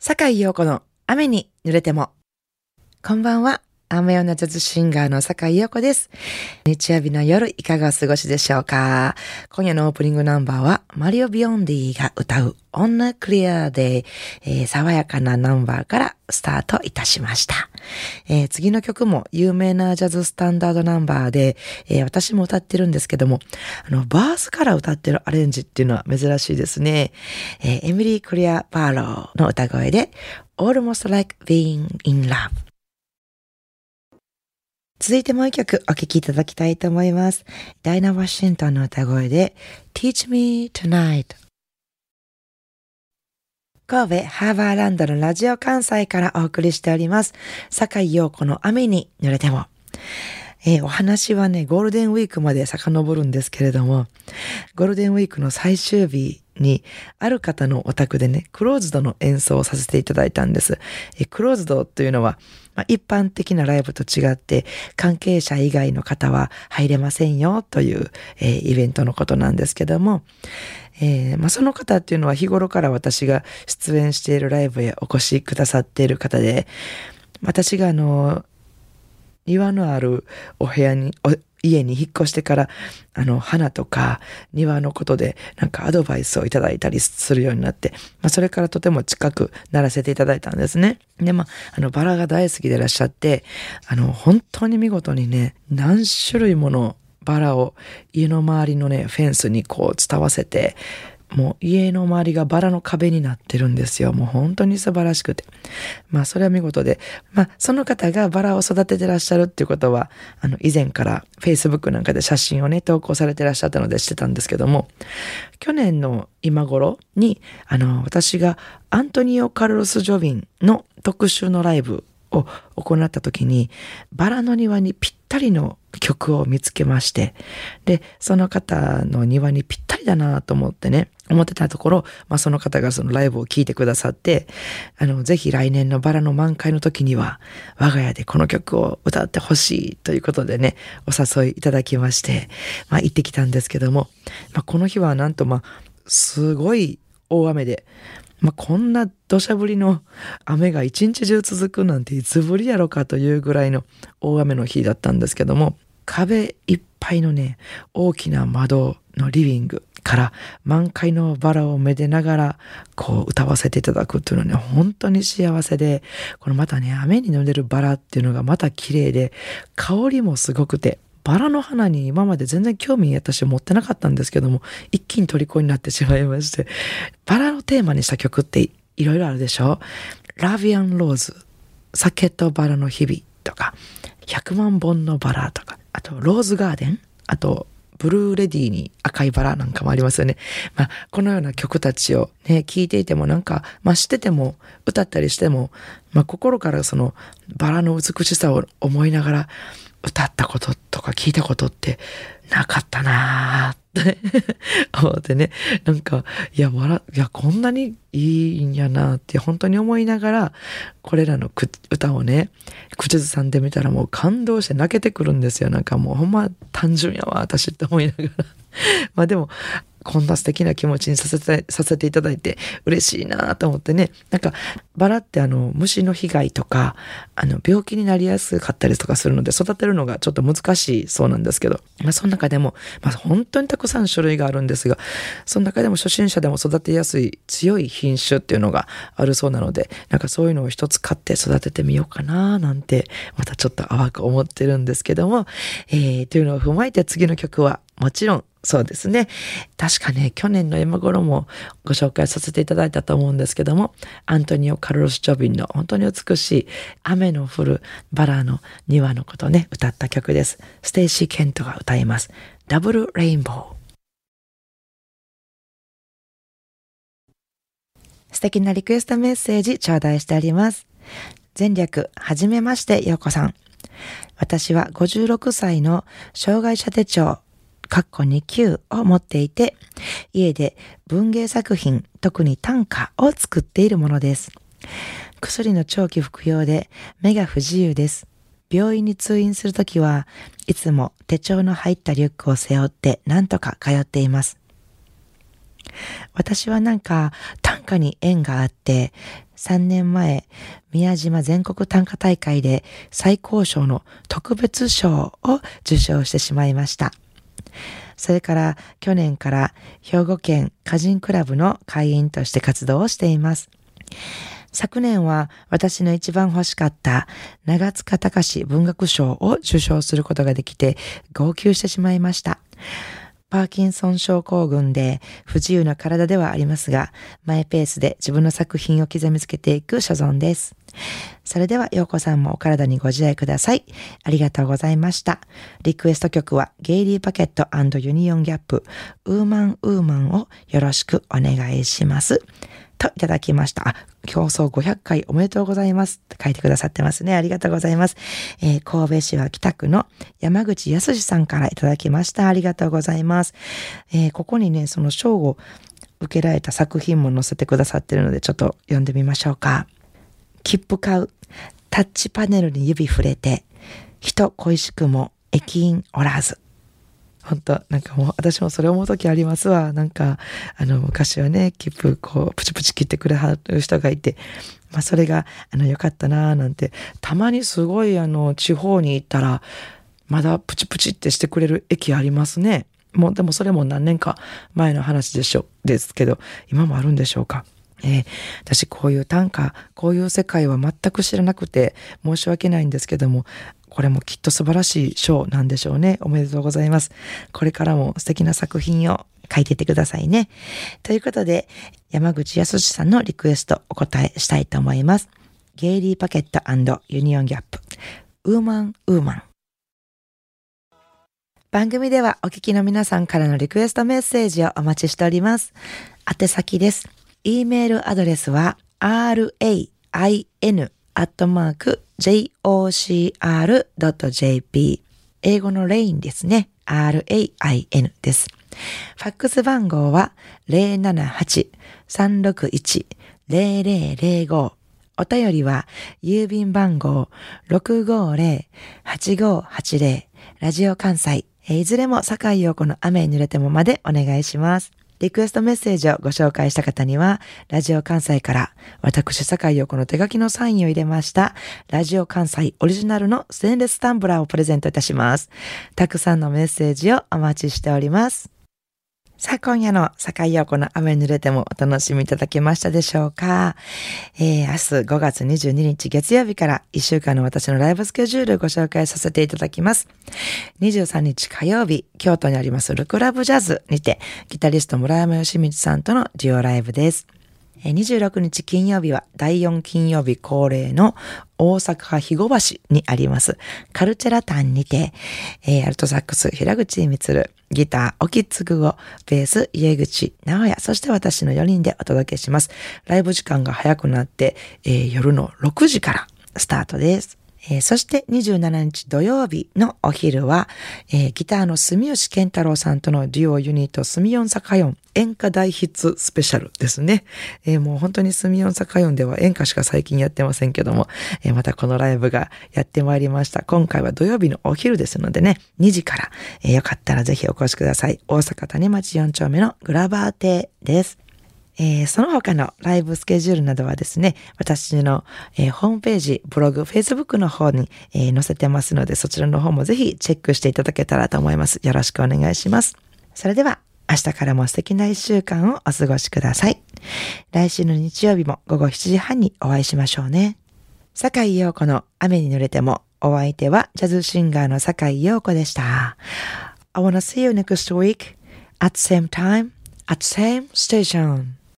坂井陽子の雨に濡れても。こんばんは。雨ようなジャズシンガーの坂井陽子です。日曜日の夜いかがお過ごしでしょうか。今夜のオープニングナンバーはマリオ・ビヨンディが歌う On a Clear Day、爽やかなナンバーからスタートいたしました。次の曲も有名なジャズスタンダードナンバーで、私も歌ってるんですけども、バースから歌ってるアレンジっていうのは珍しいですね。エミリー・クリア・バーローの歌声で Almost Like Being in Love。続いてもう一曲お聴きいただきたいと思います。ダイナ・ワシントンの歌声で Teach Me Tonight。神戸ハーバーランドのラジオ関西からお送りしております。坂井陽子の雨に濡れても。お話はね、ゴールデンウィークまで遡るんですけれども、ゴールデンウィークの最終日にある方のお宅でね、クローズドの演奏をさせていただいたんです。クローズドというのは、一般的なライブと違って関係者以外の方は入れませんよという、イベントのことなんですけども、その方っていうのは日頃から私が出演しているライブへお越しくださっている方で、私が庭のある家に引っ越してから花とか庭のことでなんかアドバイスをいただいたりするようになって、それからとても近くならせていただいたんですね。でバラが大好きでいらっしゃって、本当に見事にね、何種類ものバラを家の周りのねフェンスにこう伝わせて、もう家の周りがバラの壁になってるんですよ。もう本当に素晴らしくて。それは見事で。その方がバラを育ててらっしゃるっていうことは、以前から Facebook なんかで写真をね、投稿されてらっしゃったので知ってたんですけども、去年の今頃に、私がアントニオ・カルロス・ジョビンの特集のライブを行った時に、バラの庭にぴったりの曲を見つけまして、でその方の庭にぴったりだなと思ってたところ、その方がそのライブを聴いてくださって、ぜひ来年のバラの満開の時には我が家でこの曲を歌ってほしいということでね、お誘いいただきまして、行ってきたんですけども、この日はなんとすごい大雨で、こんな土砂降りの雨が一日中続くなんていつぶりやろかというぐらいの大雨の日だったんですけども、壁いっぱいのね、大きな窓のリビングから満開のバラをめでながらこう歌わせていただくっていうのはね、本当に幸せで、このまたね、雨に濡れるバラっていうのがまた綺麗で、香りもすごくて、バラの花に今まで全然興味私持ってなかったんですけども、一気に虜になってしまいまして、バラをテーマにした曲っていろいろあるでしょ。ラビアンローズ、酒とバラの日々とか、100万本のバラとか、あとローズガーデン、あとブルーレディに赤いバラなんかもありますよね。このような曲たちをね、聴いていてもなんか、知ってても歌ったりしても、心からそのバラの美しさを思いながら歌ったこととか聞いたことってなかったなーって思ってね、なんかこんなにいいんやなって本当に思いながら、これらの歌をね口ずさんでみたらもう感動して泣けてくるんですよ。なんかもうほんま単純やわ私って思いながらでもこんな素敵な気持ちにさせていただいて嬉しいなと思ってね。なんかバラって虫の被害とか病気になりやすかったりとかするので、育てるのがちょっと難しいそうなんですけど、その中でも本当にたくさん種類があるんですが、その中でも初心者でも育てやすい強い品種っていうのがあるそうなので、なんかそういうのを一つ買って育ててみようかななんてまたちょっと淡く思ってるんですけども、というのを踏まえて次の曲はもちろんそうですね、確かね去年の今頃もご紹介させていただいたと思うんですけども、アントニオ・カルロス・ジョビンの本当に美しい雨の降るバラの庭のことをね歌った曲です。ステイシー・ケントが歌います。ダブル・レインボー。素敵なリクエストメッセージ頂戴しております。前略はじめましてようこさん。私は56歳の障害者手帳2級を持っていて、家で文芸作品、特に短歌を作っているものです。薬の長期服用で目が不自由です。病院に通院するときはいつも手帳の入ったリュックを背負って何とか通っています。私はなんか短歌に縁があって、 3年前、宮島全国短歌大会で最高賞の特別賞を受賞してしまいました。それから去年から兵庫県歌人クラブの会員として活動をしています。昨年は私の一番欲しかった長塚隆文学賞を受賞することができて号泣してしまいました。パーキンソン症候群で不自由な体ではありますが、マイペースで自分の作品を刻みつけていく所存です。それでは、陽子さんもお体にご自愛ください。ありがとうございました。リクエスト曲は、ゲイリー・パケット&ユニオン・ギャップ、ウーマン・ウーマンをよろしくお願いします。といただきました。競争500回おめでとうございますって書いてくださってますね。ありがとうございます。神戸市は北区の山口康さんからいただきました。ありがとうございます。ここにね、その賞を受けられた作品も載せてくださってるので、ちょっと読んでみましょうか。切符買う。タッチパネルに指触れて、人恋しくも駅員おらず。本当なんかもう私もそれ思う時ありますわ。なんか昔はね、切符こうプチプチ切ってくれはる人がいて、まあそれが良かったなーなんて、たまにすごい地方に行ったらまだプチプチってしてくれる駅ありますね。もうでもそれも何年か前の話ですけど、今もあるんでしょうか。私こういう短歌、こういう世界は全く知らなくて申し訳ないんですけども、これもきっと素晴らしい賞なんでしょうね。おめでとうございます。これからも素敵な作品を書いていってくださいね。ということで、山口康さんのリクエストお答えしたいと思います。ゲイリー・パケット&ユニオン・ギャップ、ウーマン・ウーマン。番組ではお聞きの皆さんからのリクエストメッセージをお待ちしております。宛先です。E メールアドレスは rain@jocr.jp 英語のレインですね。RAIN です。ファックス番号は 078-361-0005 お便りは郵便番号 650-8580 ラジオ関西いずれも坂井陽子の雨に濡れてもまでお願いします。リクエストメッセージをご紹介した方には、ラジオ関西から私坂井陽子の手書きのサインを入れました、ラジオ関西オリジナルのステンレスタンブラーをプレゼントいたします。たくさんのメッセージをお待ちしております。さあ今夜の坂井陽子の雨に濡れてもお楽しみいただけましたでしょうか。明日5月22日月曜日から1週間の私のライブスケジュールをご紹介させていただきます。23日火曜日、京都にありますルクラブジャズにてギタリスト村山義道さんとのデュオライブです。26日金曜日は第4金曜日恒例の大阪肥後橋にありますカルチェラタンにて、アルトサックス平口光、ギター沖継を、ベース家口直也、そして私の4人でお届けします。ライブ時間が早くなって、夜の6時からスタートです。そして27日土曜日のお昼は、ギターの住吉健太郎さんとのデュオユニット住吉坂4演歌大ヒッツスペシャルですね。もう本当に住吉坂4では演歌しか最近やってませんけども、またこのライブがやってまいりました。今回は土曜日のお昼ですのでね、2時から、よかったらぜひお越しください。大阪谷町4丁目のグラバー亭です。その他のライブスケジュールなどはですね、私の、ホームページ、ブログ、Facebook の方に、載せてますので、そちらの方もぜひチェックしていただけたらと思います。よろしくお願いします。それでは、明日からも素敵な1週間をお過ごしください。来週の日曜日も午後7時半にお会いしましょうね。坂井陽子の雨に濡れても、お相手はジャズシンガーの坂井陽子でした。I wanna see you next week at same time, at same station.